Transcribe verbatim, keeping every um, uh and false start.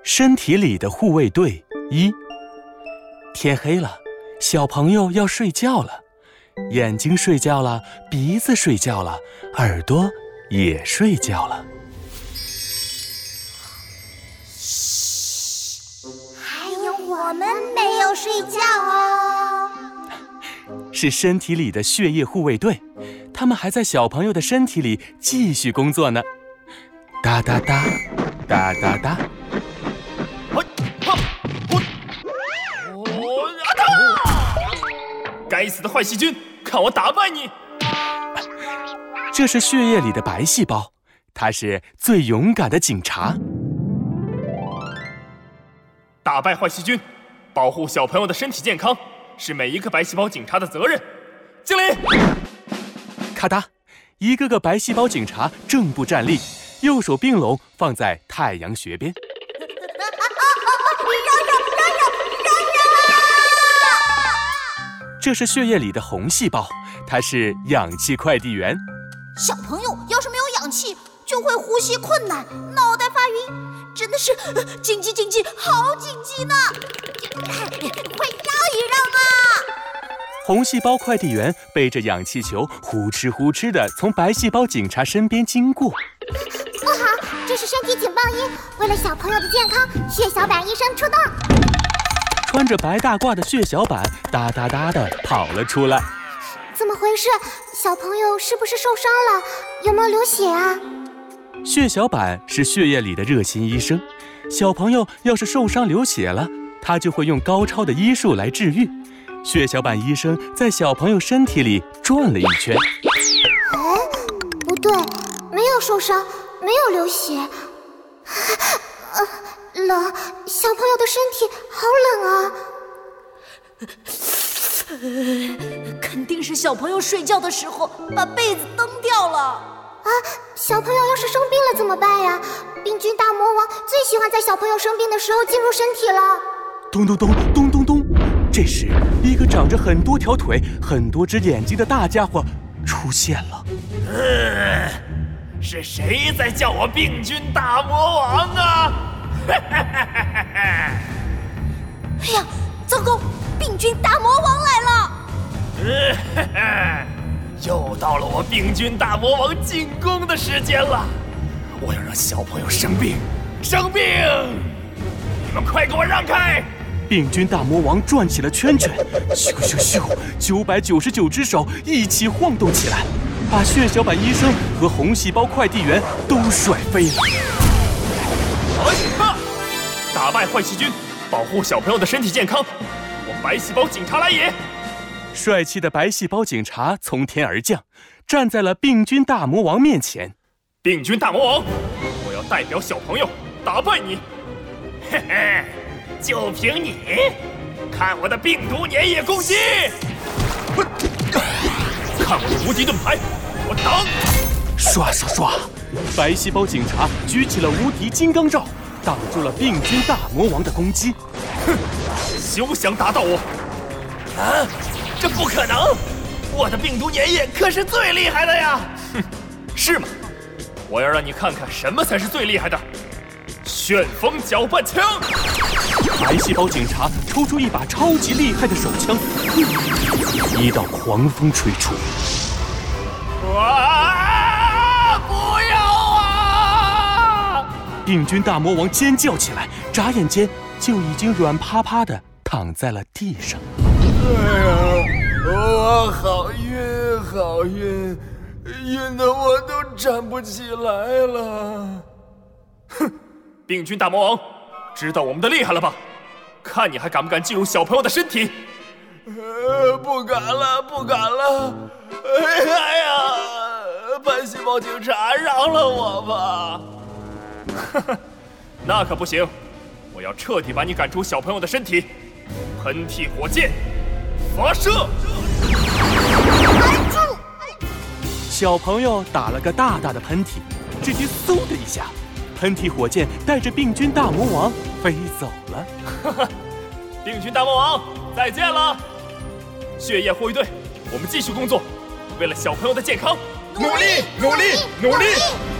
身体里的护卫队一。天黑了，小朋友要睡觉了，眼睛睡觉了，鼻子睡觉了，耳朵也睡觉了。 嘘，还有我们没有睡觉哦。 是身体里的血液护卫队，他们还在小朋友的身体里继续工作呢。哒哒哒，哒哒哒。 该死的坏细菌，看我打败你！ 这是血液里的白细胞，它是最勇敢的警察。 打败坏细菌，保护小朋友的身体健康，是每一个白细胞警察的责任。敬礼！ 咔嗒，一个个白细胞警察正步站立，右手并拢放在太阳穴边。这是血液里的红细胞，它是氧气快递员。 小朋友要是没有氧气，就会呼吸困难，脑袋发晕，真的是紧急紧急，好紧急呢！快让一让啊！ 红细胞快递员背着氧气球，呼哧呼哧地从白细胞警察身边经过。 不好，这是身体警报音！为了小朋友的健康，血小板医生出动。 穿着白大褂的血小板哒哒哒地跑了出来。 怎么回事？小朋友是不是受伤了？有没有流血啊？ 血小板是血液里的热心医生，小朋友要是受伤流血了，他就会用高超的医术来治愈。血小板医生在小朋友身体里转了一圈。 哎，不对，没有受伤，没有流血。呃冷，小朋友的身体好冷啊！肯定是小朋友睡觉的时候把被子蹬掉了。 啊，小朋友要是生病了怎么办呀？病菌大魔王最喜欢在小朋友生病的时候进入身体了。 咚咚咚咚咚咚，这时一个长着很多条腿、很多只眼睛的大家伙出现了。 嗯，是谁在叫我病菌大魔王啊？ 哎呀，糟糕！病菌大魔王来了！ 嗯，又到了我病菌大魔王进攻的时间了！我要让小朋友生病，生病！你们快给我让开！ 病菌大魔王转起了圈圈，咻咻咻，九百九十九只手一起晃动起来，把血小板医生和红细胞快递员都甩飞了。 啊！打败坏细菌，保护小朋友的身体健康，我白细胞警察来也！ 帅气的白细胞警察从天而降，站在了病菌大魔王面前。 病菌大魔王，我要代表小朋友打败你！嘿嘿，就凭你，看我的病毒粘液攻击！看我的无敌盾牌，我挡！ 刷刷刷，白细胞警察举起了无敌金刚罩，挡住了病菌大魔王的攻击。 哼，休想打到我！啊，这不可能！我的病毒粘液可是最厉害的呀！哼，是吗？我要让你看看什么才是最厉害的！旋风搅拌枪！ 白细胞警察抽出一把超级厉害的手枪，一道狂风吹出。 啊！不要啊！ 病菌大魔王尖叫起来，眨眼间就已经软趴趴地躺在了地上。 哎呀，我好晕，好晕，晕得我都站不起来了。 哼，病菌大魔王，知道我们的厉害了吧？看你还敢不敢进入小朋友的身体？ 呃，不敢了，不敢了。哎呀，白细胞警察，饶了我吧！ 哈哈，那可不行，我要彻底把你赶出小朋友的身体。喷嚏火箭，发射！ 拦住！ 小朋友打了个大大的喷嚏，只听嗖的一下，喷嚏火箭带着病菌大魔王飞走了。 哈哈，病菌大魔王，再见了！血液护卫队，我们继续工作，为了小朋友的健康， 努力，努力，努力！